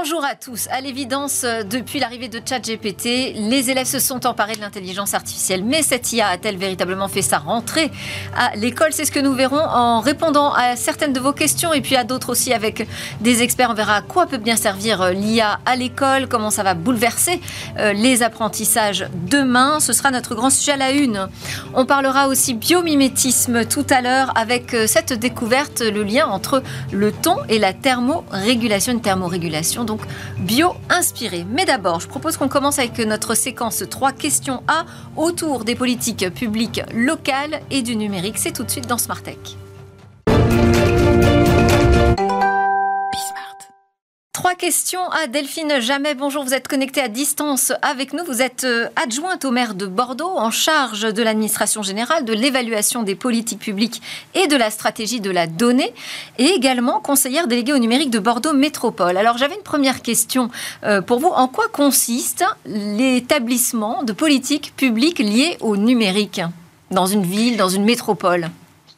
Bonjour à tous. À l'évidence, depuis l'arrivée de ChatGPT, les élèves se sont emparés de l'intelligence artificielle. Mais cette IA a-t-elle véritablement fait sa rentrée à l'école? C'est ce que nous verrons en répondant à certaines de vos questions et puis à d'autres aussi avec des experts. On verra à quoi peut bien servir l'IA à l'école, comment ça va bouleverser les apprentissages demain. Ce sera notre grand sujet à la une. On parlera aussi biomimétisme tout à l'heure avec cette découverte, le lien entre le ton et la thermorégulation, une thermorégulation donc bio-inspirée. Mais d'abord, je propose qu'on commence avec notre séquence 3 questions A autour des politiques publiques locales et du numérique. C'est tout de suite dans Smart Tech. Trois questions à Delphine Jamet. Bonjour, vous êtes connectée à distance avec nous. Vous êtes adjointe au maire de Bordeaux en charge de l'administration générale, de l'évaluation des politiques publiques et de la stratégie de la donnée et également conseillère déléguée au numérique de Bordeaux Métropole. Alors j'avais une première question pour vous. En quoi consiste l'établissement de politiques publiques liées au numérique dans une ville, dans une métropole ?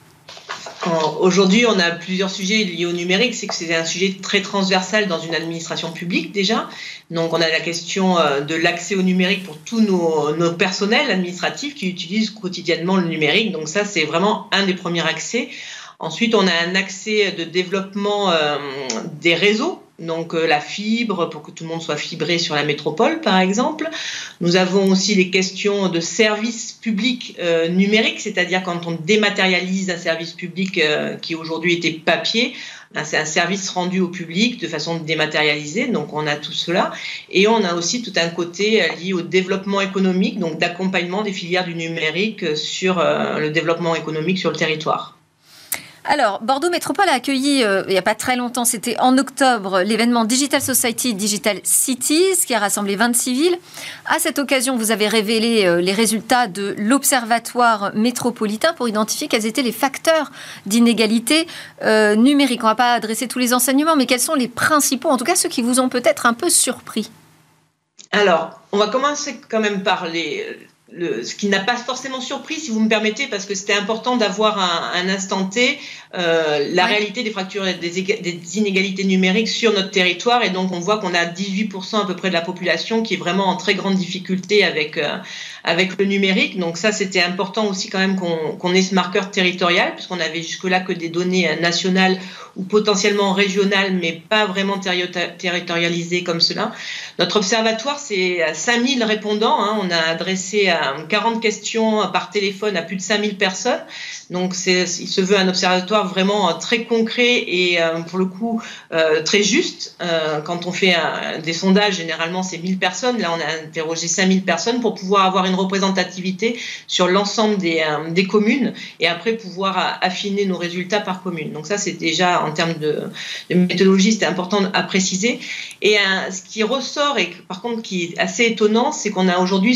Aujourd'hui, on a plusieurs sujets liés au numérique. C'est que c'est un sujet très transversal dans une administration publique déjà. Donc, on a la question de l'accès au numérique pour tous nos personnels administratifs qui utilisent quotidiennement le numérique. Donc ça, c'est vraiment un des premiers accès. Ensuite, on a un accès de développement des réseaux. Donc la fibre, pour que tout le monde soit fibré sur la métropole, par exemple. Nous avons aussi les questions de services publics numériques, c'est-à-dire quand on dématérialise un service public qui aujourd'hui était papier, c'est un service rendu au public de façon dématérialisée, donc on a tout cela. Et on a aussi tout un côté lié au développement économique, donc d'accompagnement des filières du numérique sur le développement économique sur le territoire. Alors, Bordeaux Métropole a accueilli, il n'y a pas très longtemps, c'était en octobre, l'événement Digital Society Digital Cities, qui a rassemblé 26 villes. À cette occasion, vous avez révélé les résultats de l'Observatoire métropolitain pour identifier quels étaient les facteurs d'inégalité numérique. On ne va pas adresser tous les enseignements, mais quels sont les principaux, en tout cas ceux qui vous ont peut-être un peu surpris? Alors, on va commencer quand même par ce qui n'a pas forcément surpris, si vous me permettez, parce que c'était important d'avoir un instant T, la réalité des fractures et des inégalités numériques sur notre territoire. Et donc, on voit qu'on a 18% à peu près de la population qui est vraiment en très grande difficulté avec le numérique. Donc ça, c'était important aussi quand même qu'on ait ce marqueur territorial, puisqu'on avait jusque-là que des données nationales ou potentiellement régionales, mais pas vraiment territorialisées comme cela. Notre observatoire, c'est 5000 répondants. On a adressé 40 questions par téléphone à plus de 5000 personnes. Donc, il se veut un observatoire vraiment très concret et pour le coup très juste. Quand on fait des sondages, généralement c'est 1000 personnes. Là, on a interrogé 5000 personnes pour pouvoir avoir une représentativité sur l'ensemble des communes et après pouvoir affiner nos résultats par commune. Donc ça, c'est déjà en termes de méthodologie, c'était important à préciser. Et ce qui ressort et par contre qui est assez étonnant, c'est qu'on a aujourd'hui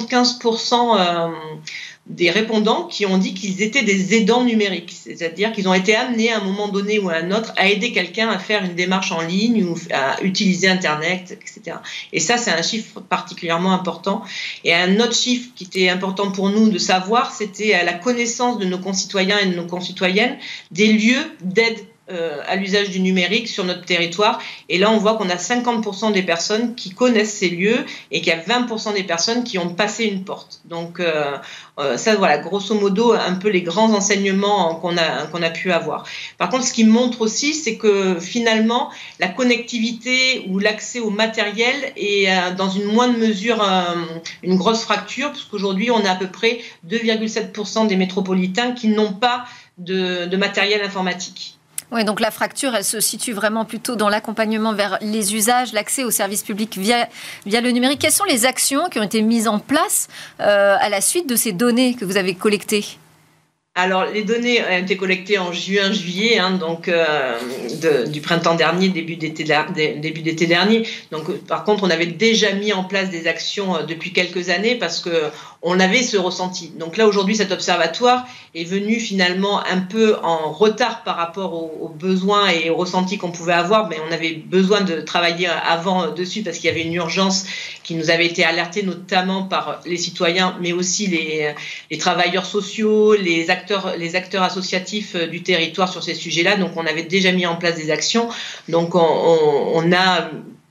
75% des répondants qui ont dit qu'ils étaient des aidants numériques, c'est-à-dire qu'ils ont été amenés à un moment donné ou à un autre à aider quelqu'un à faire une démarche en ligne ou à utiliser Internet, etc. Et ça, c'est un chiffre particulièrement important. Et un autre chiffre qui était important pour nous de savoir, c'était la connaissance de nos concitoyens et de nos concitoyennes des lieux d'aide à l'usage du numérique sur notre territoire. Et là, on voit qu'on a 50% des personnes qui connaissent ces lieux et qu'il y a 20% des personnes qui ont passé une porte. Donc, ça, voilà, grosso modo, un peu les grands enseignements qu'on a pu avoir. Par contre, ce qui montre aussi, c'est que finalement, la connectivité ou l'accès au matériel est dans une moindre mesure une grosse fracture, parce qu'aujourd'hui, on a à peu près 2,7% des métropolitains qui n'ont pas de matériel informatique. Oui, donc la fracture, elle se situe vraiment plutôt dans l'accompagnement vers les usages, l'accès aux services publics via le numérique. Quelles sont les actions qui ont été mises en place à la suite de ces données que vous avez collectées ? Alors, les données ont été collectées en juillet, donc du printemps dernier, début d'été dernier. Donc, par contre, on avait déjà mis en place des actions depuis quelques années parce que on avait ce ressenti. Donc là, aujourd'hui, cet observatoire est venu finalement un peu en retard par rapport aux besoins et aux ressentis qu'on pouvait avoir. Mais on avait besoin de travailler avant dessus parce qu'il y avait une urgence qui nous avait été alertée notamment par les citoyens, mais aussi les travailleurs sociaux, les acteurs associatifs du territoire sur ces sujets-là. Donc, on avait déjà mis en place des actions. Donc, on a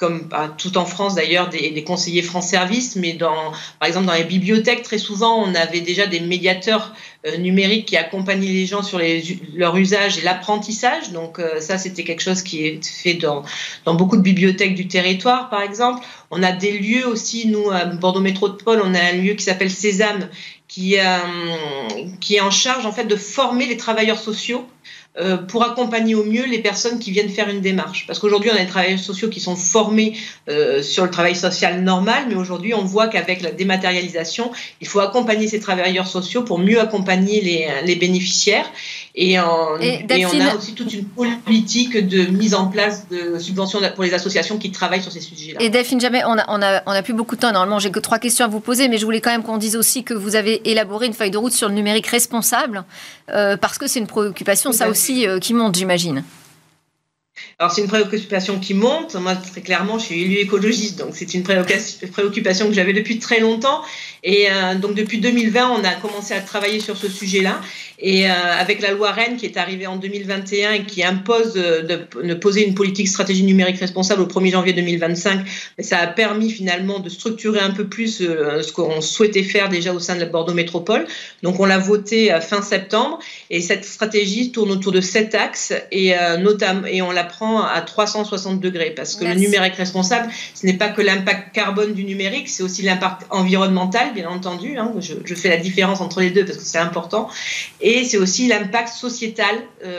comme tout en France d'ailleurs, des conseillers France Service, mais par exemple dans les bibliothèques, très souvent, on avait déjà des médiateurs numériques qui accompagnaient les gens sur leur usage et l'apprentissage. Donc ça, c'était quelque chose qui est fait dans beaucoup de bibliothèques du territoire, par exemple. On a des lieux aussi, nous, à Bordeaux Métropole, on a un lieu qui s'appelle Sésame, qui est en charge en fait de former les travailleurs sociaux pour accompagner au mieux les personnes qui viennent faire une démarche. Parce qu'aujourd'hui, on a des travailleurs sociaux qui sont formés sur le travail social normal, mais aujourd'hui, on voit qu'avec la dématérialisation, il faut accompagner ces travailleurs sociaux pour mieux accompagner les bénéficiaires. Et on a aussi toute une politique de mise en place de subventions pour les associations qui travaillent sur ces sujets-là. Et Delphine Jamet, on a plus beaucoup de temps. Normalement, j'ai que 3 questions à vous poser, mais je voulais quand même qu'on dise aussi que vous avez élaboré une feuille de route sur le numérique responsable, parce que c'est une préoccupation, ça aussi, qui monte, j'imagine. Alors, c'est une préoccupation qui monte. Moi, très clairement, je suis élue écologiste, donc c'est une préoccupation que j'avais depuis très longtemps. Et donc, depuis 2020, on a commencé à travailler sur ce sujet-là. Et avec la loi Rennes qui est arrivée en 2021 et qui impose de poser une politique stratégie numérique responsable au 1er janvier 2025, ça a permis finalement de structurer un peu plus ce qu'on souhaitait faire déjà au sein de la Bordeaux Métropole. Donc, on l'a voté fin septembre. Et cette stratégie tourne autour de 7 axes et on la prend à 360 degrés parce que le numérique responsable, ce n'est pas que l'impact carbone du numérique, c'est aussi l'impact environnemental, bien entendu. Je fais la différence entre les deux parce que c'est important. Et c'est aussi l'impact sociétal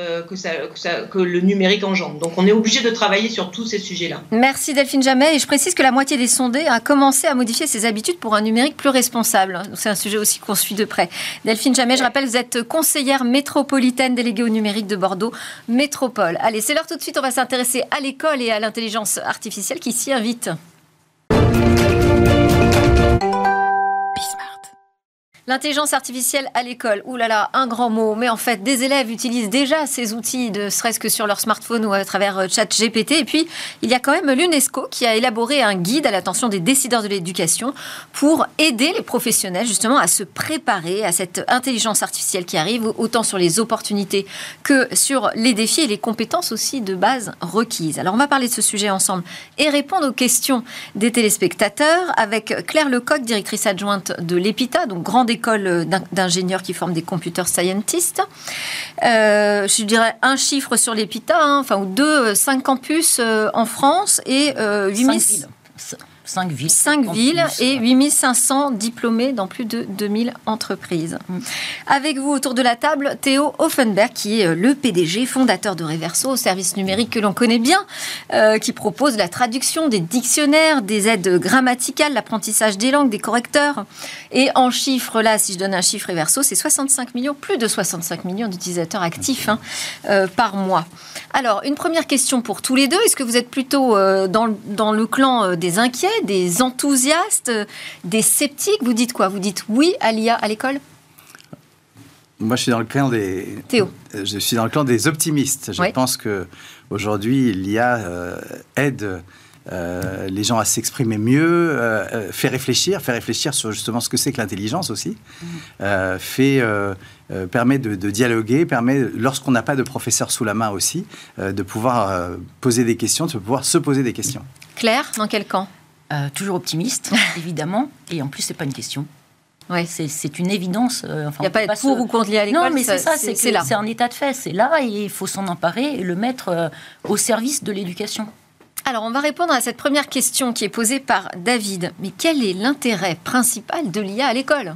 que le numérique engendre. Donc, on est obligé de travailler sur tous ces sujets-là. Merci Delphine Jamet. Et je précise que la moitié des sondés a commencé à modifier ses habitudes pour un numérique plus responsable. C'est un sujet aussi qu'on suit de près. Delphine Jamet, je rappelle, vous êtes conseillère métropolitaine déléguée au numérique de Bordeaux Métropole. Allez, c'est l'heure tout de suite. On va s'intéresser à l'école et à l'intelligence artificielle qui s'y invite. L'intelligence artificielle à l'école, oulala, un grand mot, mais en fait, des élèves utilisent déjà ces outils, ne serait-ce que sur leur smartphone ou à travers ChatGPT. Et puis, il y a quand même l'UNESCO qui a élaboré un guide à l'attention des décideurs de l'éducation pour aider les professionnels justement à se préparer à cette intelligence artificielle qui arrive, autant sur les opportunités que sur les défis et les compétences aussi de base requises. Alors, on va parler de ce sujet ensemble et répondre aux questions des téléspectateurs avec Claire Lecoq, directrice adjointe de l'EPITA, donc grande école d'ingénieurs qui forment des computer scientists. Je dirais un chiffre sur l'EPITA, ou 5 campus en France et 5 villes et 8500 diplômés dans plus de 2000 entreprises. Avec vous autour de la table, Théo Offenberg, qui est le PDG, fondateur de Reverso, service numérique que l'on connaît bien, qui propose la traduction des dictionnaires, des aides grammaticales, l'apprentissage des langues, des correcteurs. Et en chiffres, là, si je donne un chiffre Reverso, c'est 65 millions, plus de 65 millions d'utilisateurs actifs par mois. Alors, une première question pour tous les deux. Est-ce que vous êtes plutôt dans le clan des inquiets, des enthousiastes, des sceptiques? Vous dites quoi? Vous dites oui à l'IA à l'école? Moi, je suis dans le clan des... Théo. Je suis dans le clan des optimistes. Je pense qu'aujourd'hui, l'IA aide les gens à s'exprimer mieux, fait réfléchir sur justement ce que c'est que l'intelligence aussi, permet de dialoguer, permet, lorsqu'on n'a pas de professeur sous la main aussi, de pouvoir poser des questions, de pouvoir se poser des questions. Claire, dans quel camp? Toujours optimiste, évidemment. Et en plus, ce n'est pas une question. Ouais. C'est une évidence. Il n'y a pas de pour ou contre l'IA à l'école. Non, mais c'est là. C'est un état de fait. C'est là et il faut s'en emparer et le mettre au service de l'éducation. Alors, on va répondre à cette première question qui est posée par David. Mais quel est l'intérêt principal de l'IA à l'école?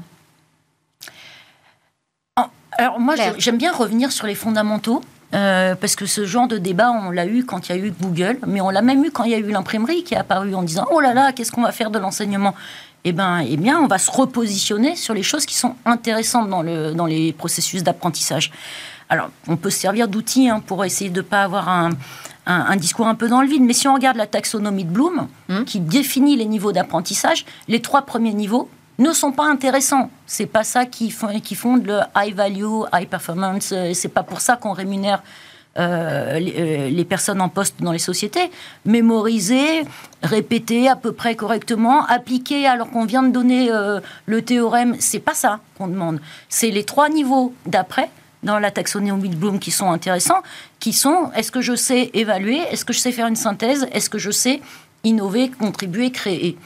Alors, moi, j'aime bien revenir sur les fondamentaux. Parce que ce genre de débat, on l'a eu quand il y a eu Google, mais on l'a même eu quand il y a eu l'imprimerie qui est apparue en disant « Oh là là, qu'est-ce qu'on va faire de l'enseignement ?» Eh bien, on va se repositionner sur les choses qui sont intéressantes dans les processus d'apprentissage. Alors, on peut se servir d'outils pour essayer de ne pas avoir un discours un peu dans le vide, mais si on regarde la taxonomie de Bloom, qui définit les niveaux d'apprentissage, les 3 premiers niveaux ne sont pas intéressants. C'est pas ça qui fonde le high value, high performance. C'est pas pour ça qu'on rémunère les personnes en poste dans les sociétés. Mémoriser, répéter à peu près correctement, appliquer alors qu'on vient de donner le théorème, c'est pas ça qu'on demande. C'est les 3 niveaux d'après dans la taxonomie de Bloom qui sont intéressants, qui sont est-ce que je sais évaluer, est-ce que je sais faire une synthèse, est-ce que je sais innover, contribuer, créer.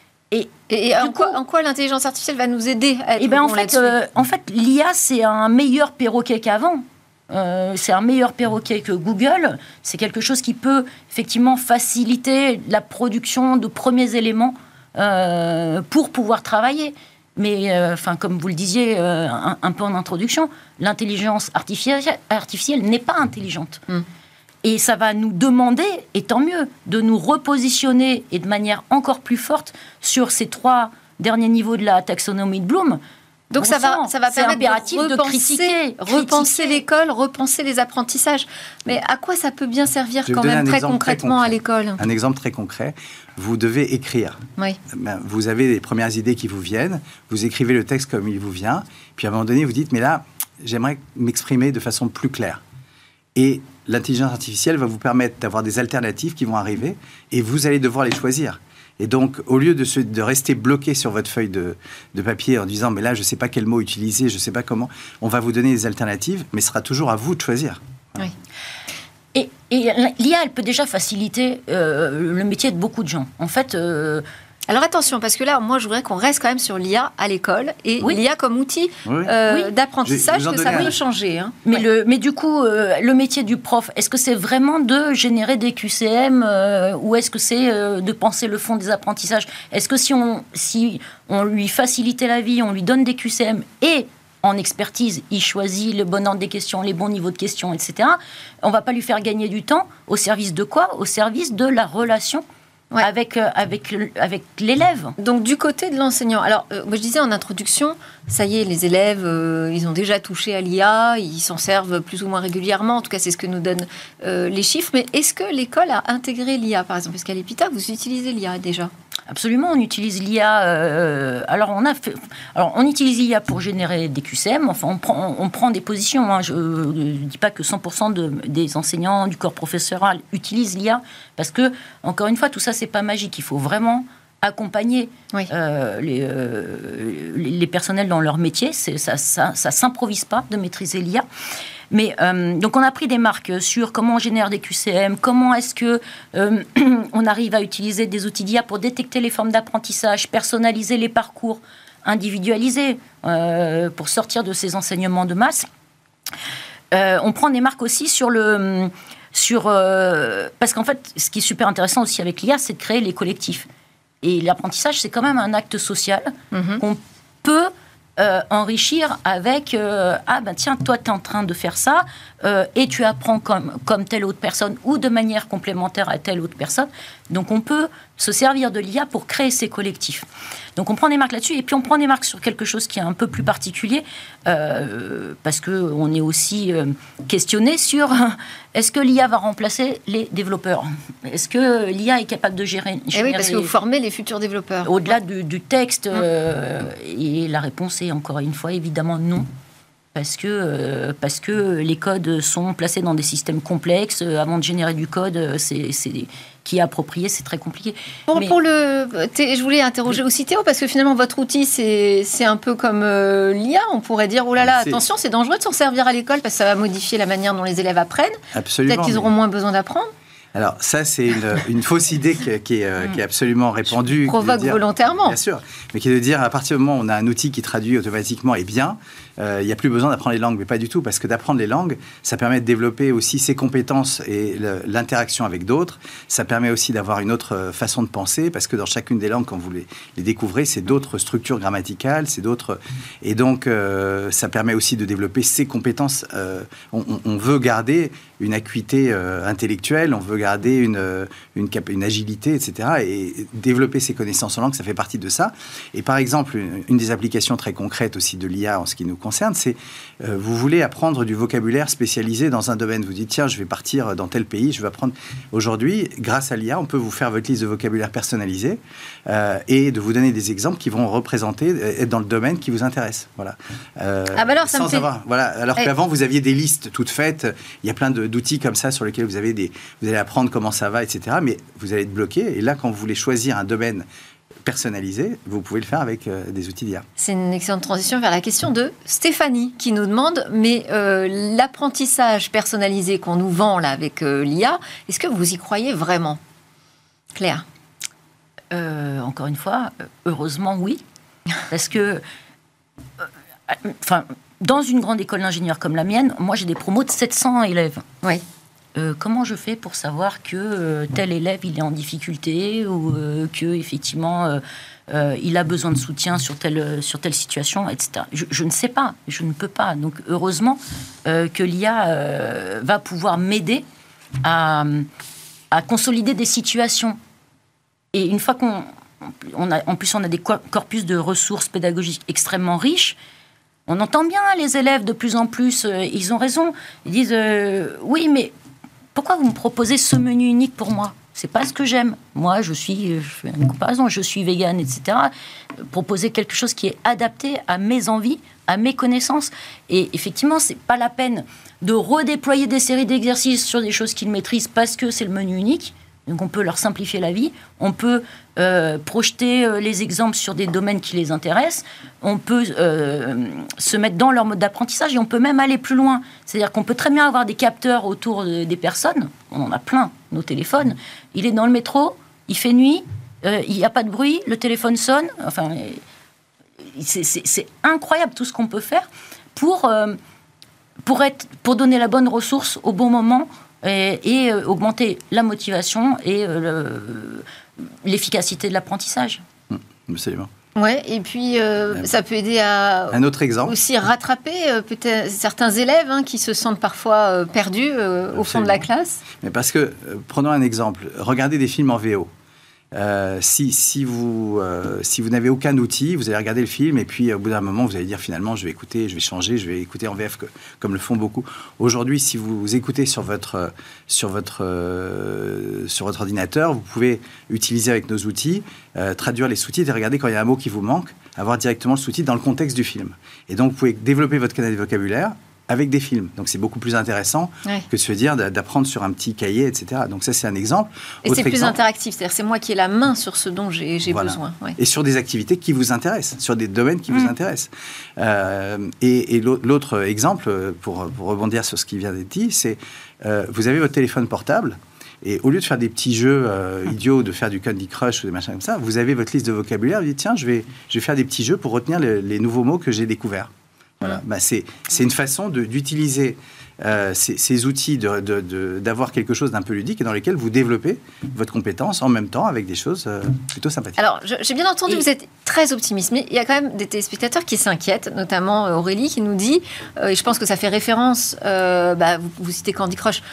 Et en quoi l'intelligence artificielle va nous aider à être en fait, l'IA, c'est un meilleur perroquet qu'avant. C'est un meilleur perroquet que Google. C'est quelque chose qui peut effectivement faciliter la production de premiers éléments pour pouvoir travailler. Mais, comme vous le disiez un peu en introduction, l'intelligence artificielle n'est pas intelligente. Et ça va nous demander, et tant mieux, de nous repositionner et de manière encore plus forte sur ces 3 derniers niveaux de la taxonomie de Bloom. Donc ça va permettre de repenser l'école, repenser les apprentissages. Mais à quoi ça peut bien servir quand même très concrètement à l'école ? Un exemple très concret, vous devez écrire. Oui. Vous avez les premières idées qui vous viennent, vous écrivez le texte comme il vous vient, puis à un moment donné vous dites mais là j'aimerais m'exprimer de façon plus claire. Et l'intelligence artificielle va vous permettre d'avoir des alternatives qui vont arriver et vous allez devoir les choisir. Et donc, au lieu de rester bloqué sur votre feuille de papier en disant « mais là, je ne sais pas quel mot utiliser, je ne sais pas comment », on va vous donner des alternatives, mais ce sera toujours à vous de choisir. Oui. Et l'IA, elle peut déjà faciliter le métier de beaucoup de gens. En fait... Alors attention, parce que là, moi, je voudrais qu'on reste quand même sur l'IA à l'école et l'IA comme outil d'apprentissage, que ça peut changer. Hein. Mais du coup, le métier du prof, est-ce que c'est vraiment de générer des QCM ou est-ce que c'est de penser le fond des apprentissages ? Est-ce que si on lui facilitait la vie, on lui donne des QCM et en expertise, il choisit le bon ordre des questions, les bons niveaux de questions, etc., on ne va pas lui faire gagner du temps au service de quoi ? Au service de la relation avec l'élève. Donc du côté de l'enseignant, alors moi je disais en introduction, ça y est, les élèves, ils ont déjà touché à l'IA, ils s'en servent plus ou moins régulièrement, en tout cas c'est ce que nous donnent les chiffres, mais est-ce que l'école a intégré l'IA par exemple ? Parce qu'à l'EPITA, vous utilisez l'IA déjà ? Absolument, on utilise l'IA. On utilise l'IA pour générer des QCM. Enfin, on prend des positions. Hein. Je ne dis pas que 100% des enseignants du corps professoral utilisent l'IA, parce que, encore une fois, tout ça, c'est pas magique. Il faut vraiment accompagner les personnels dans leur métier. Ça s'improvise pas de maîtriser l'IA. Mais donc on a pris des marques sur comment on génère des QCM, comment est-ce que on arrive à utiliser des outils d'IA pour détecter les formes d'apprentissage, personnaliser les parcours, individualiser pour sortir de ces enseignements de masse. On prend des marques aussi parce qu'en fait, ce qui est super intéressant aussi avec l'IA, c'est de créer les collectifs. Et l'apprentissage, c'est quand même un acte social qu'on peut enrichir avec tiens, toi tu es en train de faire ça et tu apprends comme telle autre personne ou de manière complémentaire à telle autre personne. Donc on peut se servir de l'IA pour créer ces collectifs. Donc on prend des marques là-dessus et puis on prend des marques sur quelque chose qui est un peu plus particulier parce qu'on est aussi questionné sur est-ce que l'IA va remplacer les développeurs ? Est-ce que l'IA est capable de gérer oui, parce que vous formez les futurs développeurs. Au-delà du texte, et la réponse est encore une fois évidemment non. Parce que les codes sont placés dans des systèmes complexes. Avant de générer du code, qui est approprié, c'est très compliqué. Je voulais interroger aussi Théo, parce que finalement, votre outil, c'est un peu comme l'IA. On pourrait dire, oh là là, attention, c'est dangereux de s'en servir à l'école, parce que ça va modifier la manière dont les élèves apprennent. Absolument. Peut-être qu'ils auront moins besoin d'apprendre. Alors ça, c'est une fausse idée qui est absolument répandue. Provoque volontairement. Bien sûr, mais qui est de dire, à partir du moment où on a un outil qui traduit automatiquement et bien, il n'y a plus besoin d'apprendre les langues, mais pas du tout, parce que d'apprendre les langues, ça permet de développer aussi ses compétences et l'interaction avec d'autres. Ça permet aussi d'avoir une autre façon de penser, parce que dans chacune des langues, quand vous les découvrez, c'est d'autres structures grammaticales, c'est d'autres... Et donc, ça permet aussi de développer ses compétences. On veut garder une acuité intellectuelle, on veut garder une agilité, etc. Et développer ses connaissances en langue, ça fait partie de ça. Et par exemple, une des applications très concrètes aussi de l'IA en ce qui nous concerne, c'est vous voulez apprendre du vocabulaire spécialisé dans un domaine. Vous dites, tiens, je vais partir dans tel pays, je vais apprendre... Aujourd'hui, grâce à l'IA, on peut vous faire votre liste de vocabulaire personnalisée et de vous donner des exemples qui vont être dans le domaine qui vous intéresse. Voilà. Alors, ça me fait... Alors qu'avant, vous aviez des listes toutes faites. Il y a plein d'outils comme ça sur lesquels vous allez apprendre comment ça va, etc. Mais vous allez être bloqué. Et là, quand vous voulez choisir un domaine personnalisé, vous pouvez le faire avec des outils d'IA. C'est une excellente transition vers la question de Stéphanie qui nous demande, mais l'apprentissage personnalisé qu'on nous vend là avec l'IA, est-ce que vous y croyez vraiment ? Claire ? Encore une fois, heureusement, oui. Parce que, dans une grande école d'ingénieurs comme la mienne, moi, j'ai des promos de 700 élèves. Oui. Comment je fais pour savoir que tel élève, il est en difficulté ou qu'effectivement, il a besoin de soutien sur telle situation, etc. Je ne sais pas, je ne peux pas. Donc, heureusement que l'IA va pouvoir m'aider à consolider des situations. Et une fois qu'on a des corpus de ressources pédagogiques extrêmement riches, on entend bien les élèves de plus en plus, ils ont raison. Ils disent oui, mais pourquoi vous me proposez ce menu unique pour moi ? C'est pas ce que j'aime. Moi, je fais une comparaison, je suis végane, etc. Proposer quelque chose qui est adapté à mes envies, à mes connaissances. Et effectivement, c'est pas la peine de redéployer des séries d'exercices sur des choses qu'ils maîtrisent parce que c'est le menu unique. Donc on peut leur simplifier la vie, on peut projeter les exemples sur des domaines qui les intéressent, on peut se mettre dans leur mode d'apprentissage et on peut même aller plus loin. C'est-à-dire qu'on peut très bien avoir des capteurs autour des personnes, on en a plein, nos téléphones. Il est dans le métro, il fait nuit, il n'y a pas de bruit, le téléphone sonne. Enfin, c'est incroyable tout ce qu'on peut faire pour donner la bonne ressource au bon moment. Et augmenter la motivation et l'efficacité de l'apprentissage. Absolument. Ouais, et puis ça peut aider à un autre exemple aussi rattraper peut-être certains élèves qui se sentent parfois perdus au fond de la classe. Mais parce que, prenons un exemple, regardez des films en VO. Si vous n'avez aucun outil, vous allez regarder le film et puis au bout d'un moment, vous allez dire finalement, je vais changer, je vais écouter en VF comme le font beaucoup. Aujourd'hui, si vous écoutez sur votre ordinateur, vous pouvez utiliser avec nos outils, traduire les sous-titres et regarder quand il y a un mot qui vous manque, avoir directement le sous-titre dans le contexte du film. Et donc, vous pouvez développer votre canal de vocabulaire avec des films. Donc, c'est beaucoup plus intéressant que de se dire d'apprendre sur un petit cahier, etc. Donc, ça, c'est un exemple. Et c'est plus interactif. C'est-à-dire, c'est moi qui ai la main sur ce dont j'ai besoin. Ouais. Et sur des activités qui vous intéressent, sur des domaines qui vous intéressent. Et l'autre exemple, pour rebondir sur ce qui vient d'être dit, c'est vous avez votre téléphone portable et au lieu de faire des petits jeux idiots, de faire du Candy Crush ou des machins comme ça, vous avez votre liste de vocabulaire, vous dites, tiens, je vais faire des petits jeux pour retenir les nouveaux mots que j'ai découverts. Voilà. C'est une façon d'utiliser ces outils, d'avoir quelque chose d'un peu ludique et dans lesquels vous développez votre compétence en même temps avec des choses plutôt sympathiques. Alors, j'ai bien entendu, vous êtes très optimiste, mais il y a quand même des téléspectateurs qui s'inquiètent, notamment Aurélie qui nous dit, et je pense que ça fait référence, vous citez Candy Crush,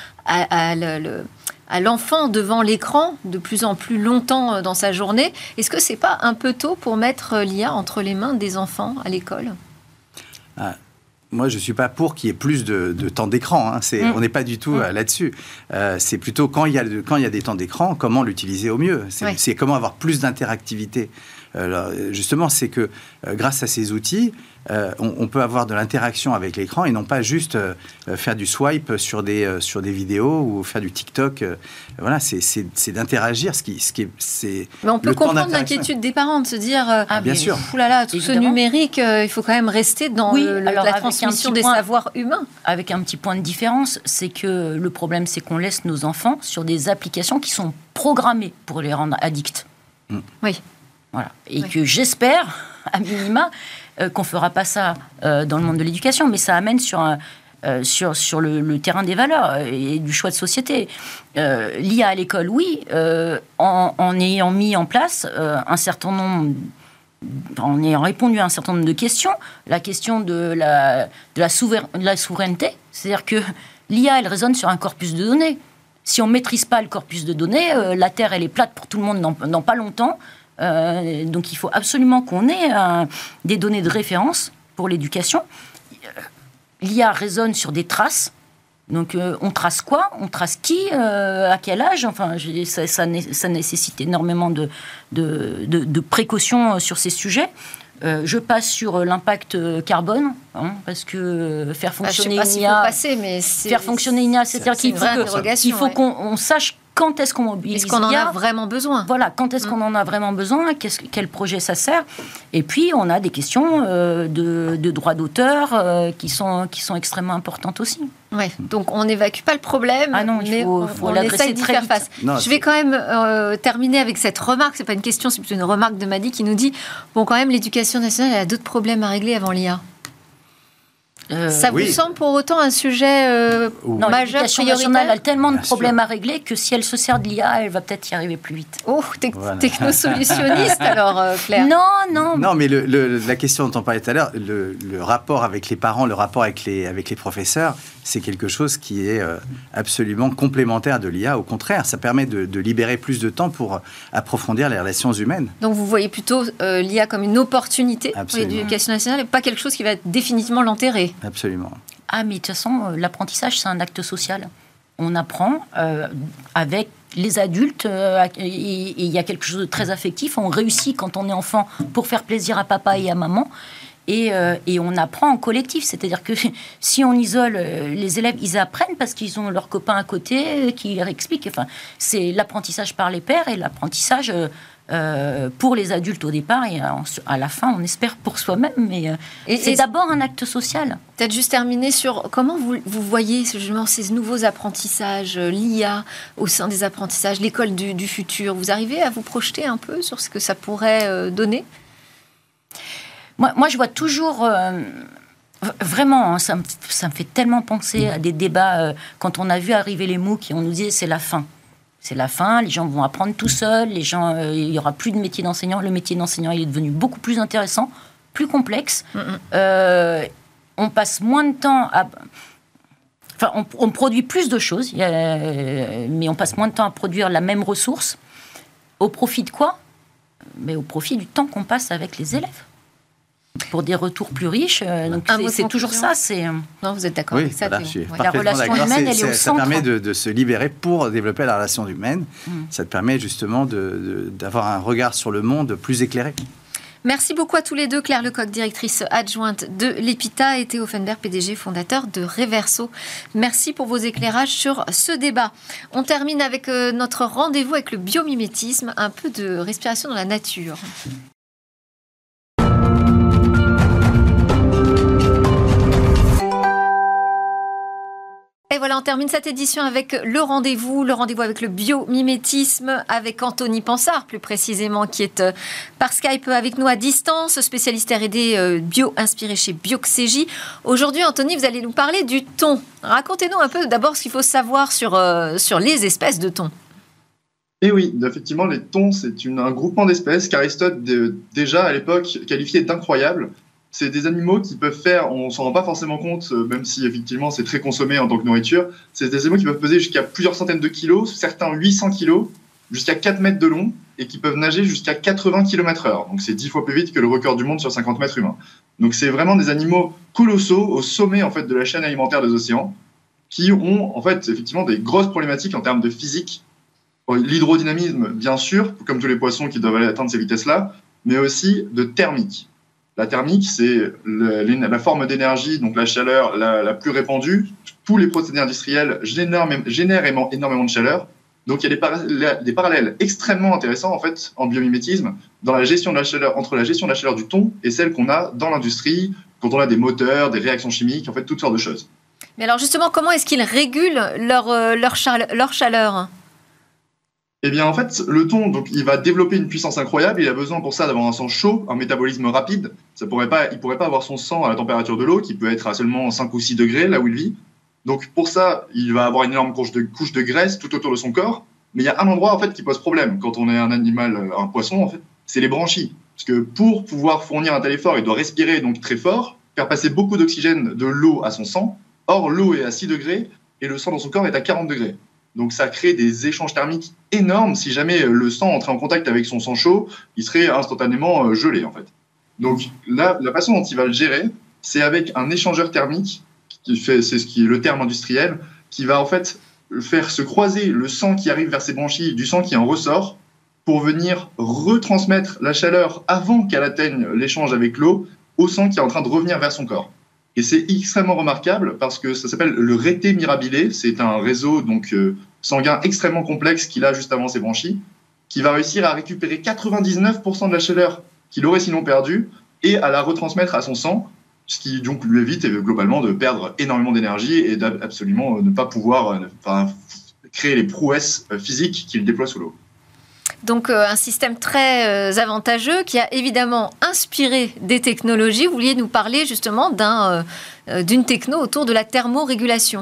à l'enfant devant l'écran de plus en plus longtemps dans sa journée. Est-ce que c'est pas un peu tôt pour mettre l'IA entre les mains des enfants à l'école ? Moi, je ne suis pas pour qu'il y ait plus de temps d'écran. On n'est pas du tout là-dessus. C'est plutôt quand il y a des temps d'écran, comment l'utiliser au mieux. C'est comment avoir plus d'interactivité. Justement, c'est que grâce à ces outils, on peut avoir de l'interaction avec l'écran et non pas juste faire du swipe sur des vidéos ou faire du TikTok. Voilà, c'est d'interagir. Mais on peut comprendre l'inquiétude des parents de se dire bien sûr. Oulala, tout ce numérique, il faut quand même rester dans la transmission des savoirs humains. Avec un petit point de différence, c'est que le problème, c'est qu'on laisse nos enfants sur des applications qui sont programmées pour les rendre addicts. Oui. Voilà. Et que j'espère, à minima, qu'on ne fera pas ça dans le monde de l'éducation, mais ça amène sur le terrain des valeurs et du choix de société. L'IA à l'école, oui, en ayant mis en place un certain nombre, en ayant répondu à un certain nombre de questions, la question de la souveraineté, c'est-à-dire que l'IA, elle résonne sur un corpus de données. Si on ne maîtrise pas le corpus de données, la Terre, elle est plate pour tout le monde dans pas longtemps. Donc il faut absolument qu'on ait des données de référence pour l'éducation. L'IA résonne sur des traces. Donc on trace quoi ? On trace qui ? À quel âge ? Enfin, ça nécessite énormément de précautions sur ces sujets. Je passe sur l'impact carbone, parce que faire fonctionner une IA, faire fonctionner une IA, c'est-à-dire qu'il faut qu'on sache quand est-ce qu'on mobilise l'IA ? Est-ce qu'on en a vraiment besoin ? Voilà, quand est-ce qu'on en a vraiment besoin ? Quel projet ça sert ? Et puis, on a des questions de droits d'auteur qui sont extrêmement importantes aussi. Ouais, donc on n'évacue pas le problème, mais on essaye d'y faire face. Je vais quand même terminer avec cette remarque, c'est pas une question, c'est plutôt une remarque de Madi qui nous dit, bon quand même l'éducation nationale elle a d'autres problèmes à régler avant l'IA. Ça vous semble pour autant un sujet majeur, l'éducation nationale a tellement de problèmes à régler que si elle se sert de l'IA, elle va peut-être y arriver plus vite. Oh, technosolutionniste alors, Claire. Non, mais la question dont on parlait tout à l'heure, le rapport avec les parents, le rapport avec les professeurs, c'est quelque chose qui est absolument complémentaire de l'IA. Au contraire, ça permet de libérer plus de temps pour approfondir les relations humaines. Donc vous voyez plutôt l'IA comme une opportunité pour l'éducation nationale et pas quelque chose qui va définitivement l'enterrer. Absolument. Ah, mais de toute façon, l'apprentissage, c'est un acte social. On apprend avec les adultes, et il y a quelque chose de très affectif. On réussit quand on est enfant pour faire plaisir à papa et à maman. Et on apprend en collectif. C'est-à-dire que si on isole les élèves, ils apprennent parce qu'ils ont leurs copains à côté qui leur expliquent. Enfin, c'est l'apprentissage par les pairs et l'apprentissage pour les adultes au départ et à la fin, on espère pour soi-même. Mais c'est d'abord un acte social. Peut-être juste terminer sur comment vous voyez justement ces nouveaux apprentissages, l'IA au sein des apprentissages, l'école du futur. Vous arrivez à vous projeter un peu sur ce que ça pourrait donner ? Moi, je vois toujours... vraiment, ça me fait tellement penser à des débats quand on a vu arriver les MOOC et on nous disait c'est la fin. C'est la fin, les gens vont apprendre tout seuls, il n'y aura plus de métier d'enseignant. Le métier d'enseignant, il est devenu beaucoup plus intéressant, plus complexe. On passe moins de temps à... Enfin, on produit plus de choses, mais on passe moins de temps à produire la même ressource. Au profit de quoi ? Mais au profit du temps qu'on passe avec les élèves. Pour des retours plus riches. Donc c'est toujours ça. Non, vous êtes d'accord avec ça, voilà, la relation humaine, elle est au centre. Ça permet de se libérer pour développer la relation humaine. Ça te permet justement d'avoir un regard sur le monde plus éclairé. Merci beaucoup à tous les deux. Claire Lecoq, directrice adjointe de l'EPITA, et Théo Offenberg, PDG, fondateur de Reverso. Merci pour vos éclairages sur ce débat. On termine avec notre rendez-vous avec le biomimétisme, un peu de respiration dans la nature. Et voilà, on termine cette édition avec le rendez-vous avec le biomimétisme, avec Anthony Pansard, plus précisément, qui est par Skype avec nous à distance, spécialiste R&D bio-inspiré chez Bioxégie. Aujourd'hui, Anthony, vous allez nous parler du thon. Racontez-nous un peu d'abord ce qu'il faut savoir sur les espèces de thon. Et oui, effectivement, les thons, c'est un groupement d'espèces qu'Aristote, déjà à l'époque, qualifiait d'incroyables. C'est des animaux qui peuvent faire, on ne s'en rend pas forcément compte, même si effectivement c'est très consommé en tant que nourriture, c'est des animaux qui peuvent peser jusqu'à plusieurs centaines de kilos, certains 800 kilos, jusqu'à 4 mètres de long, et qui peuvent nager jusqu'à 80 km/h. Donc c'est 10 fois plus vite que le record du monde sur 50 mètres humains. Donc c'est vraiment des animaux colossaux au sommet en fait, de la chaîne alimentaire des océans, qui ont en fait effectivement des grosses problématiques en termes de physique. L'hydrodynamisme, bien sûr, comme tous les poissons qui doivent aller atteindre ces vitesses-là, mais aussi de thermique. La thermique, c'est la forme d'énergie, donc la chaleur la plus répandue. Tous les procédés industriels génèrent énormément de chaleur. Donc il y a des parallèles extrêmement intéressants en fait en biomimétisme dans la gestion de la chaleur, entre la gestion de la chaleur du thon et celle qu'on a dans l'industrie quand on a des moteurs, des réactions chimiques, en fait toutes sortes de choses. Mais alors justement, comment est-ce qu'ils régulent leur chaleur ? Eh bien, en fait, le thon, donc, il va développer une puissance incroyable. Il a besoin pour ça d'avoir un sang chaud, un métabolisme rapide. Il pourrait pas avoir son sang à la température de l'eau, qui peut être à seulement 5 ou 6 degrés, là où il vit. Donc, pour ça, il va avoir une énorme couche de graisse tout autour de son corps. Mais il y a un endroit, en fait, qui pose problème quand on est un animal, un poisson, en fait. C'est les branchies. Parce que pour pouvoir fournir un tel effort, il doit respirer donc très fort, faire passer beaucoup d'oxygène de l'eau à son sang. Or, l'eau est à 6 degrés et le sang dans son corps est à 40 degrés. Donc ça crée des échanges thermiques énormes. Si jamais le sang entrait en contact avec son sang chaud, il serait instantanément gelé en fait. Donc la façon dont il va le gérer, c'est avec un échangeur thermique, c'est ce qui est le terme industriel, qui va en fait faire se croiser le sang qui arrive vers ses branchies du sang qui en ressort pour venir retransmettre la chaleur avant qu'elle atteigne l'échange avec l'eau au sang qui est en train de revenir vers son corps. Et c'est extrêmement remarquable parce que ça s'appelle le Rete Mirabile. C'est un réseau donc, sanguin extrêmement complexe qu'il a juste avant ses branchies, qui va réussir à récupérer 99% de la chaleur qu'il aurait sinon perdue et à la retransmettre à son sang, ce qui donc lui évite globalement de perdre énormément d'énergie et d'absolument ne pas pouvoir créer les prouesses physiques qu'il déploie sous l'eau. Donc un système très avantageux qui a évidemment inspiré des technologies. Vous vouliez nous parler justement d'une techno autour de la thermorégulation.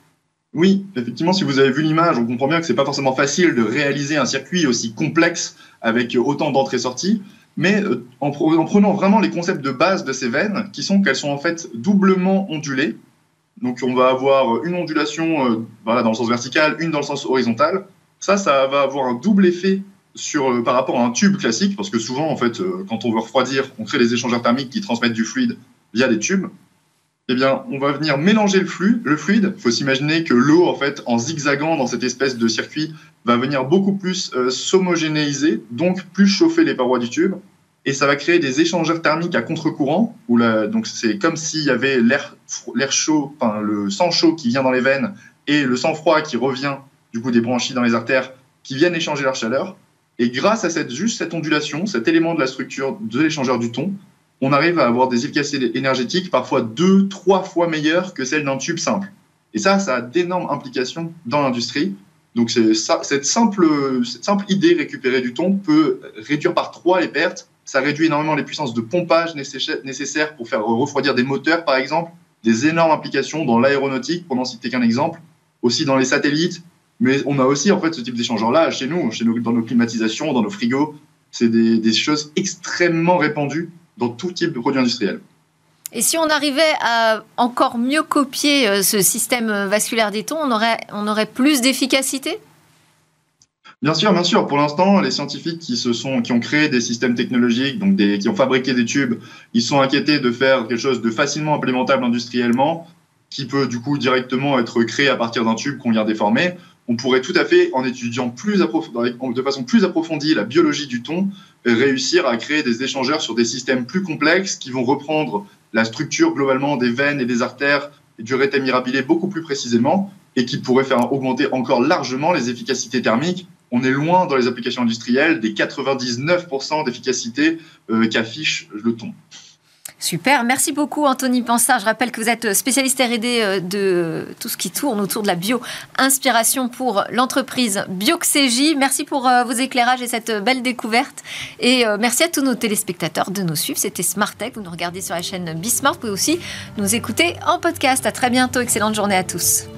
Oui, effectivement, si vous avez vu l'image, on comprend bien que ce n'est pas forcément facile de réaliser un circuit aussi complexe avec autant d'entrées-sorties, mais en prenant vraiment les concepts de base de ces veines, qu'elles sont en fait doublement ondulées. Donc on va avoir une ondulation dans le sens vertical, une dans le sens horizontal. Ça va avoir un double effet par rapport à un tube classique, parce que souvent, en fait, quand on veut refroidir, on crée des échangeurs thermiques qui transmettent du fluide via des tubes. Eh bien, on va venir mélanger le fluide. Il faut s'imaginer que l'eau, en fait, en zigzagant dans cette espèce de circuit, va venir beaucoup plus s'homogénéiser, donc plus chauffer les parois du tube. Et ça va créer des échangeurs thermiques à contre-courant, donc c'est comme s'il y avait l'air chaud, le sang chaud qui vient dans les veines et le sang froid qui revient du coup des branchies dans les artères qui viennent échanger leur chaleur. Et grâce à cette ondulation, cet élément de la structure de l'échangeur du thon, on arrive à avoir des efficacités énergétiques parfois 2-3 fois meilleures que celles d'un tube simple. Et ça a d'énormes implications dans l'industrie. Donc cette simple idée récupérée du thon peut réduire par 3 les pertes. Ça réduit énormément les puissances de pompage nécessaires pour faire refroidir des moteurs, par exemple. Des énormes implications dans l'aéronautique, pour n'en citer qu'un exemple. Aussi dans les satellites. Mais on a aussi en fait ce type d'échangeur-là chez nous, dans nos climatisations, dans nos frigos. C'est des choses extrêmement répandues dans tout type de produit industriel. Et si on arrivait à encore mieux copier ce système vasculaire des thons, on aurait plus d'efficacité ? Bien sûr. Pour l'instant, les scientifiques qui ont créé des systèmes technologiques, donc qui ont fabriqué des tubes, ils sont inquiétés de faire quelque chose de facilement implémentable industriellement, qui peut du coup directement être créé à partir d'un tube qu'on vient déformer. On pourrait tout à fait, en étudiant de façon plus approfondie la biologie du thon, réussir à créer des échangeurs sur des systèmes plus complexes qui vont reprendre la structure globalement des veines et des artères et du rectum mirabilis beaucoup plus précisément et qui pourraient faire augmenter encore largement les efficacités thermiques. On est loin dans les applications industrielles des 99% d'efficacité qu'affiche le thon. Super, merci beaucoup Anthony Pansart. Je rappelle que vous êtes spécialiste R&D de tout ce qui tourne autour de la bio-inspiration pour l'entreprise Bioxégie. Merci pour vos éclairages et cette belle découverte. Et merci à tous nos téléspectateurs de nous suivre. C'était Smart Tech. Vous nous regardez sur la chaîne Bismart. Vous pouvez aussi nous écouter en podcast. À très bientôt. Excellente journée à tous.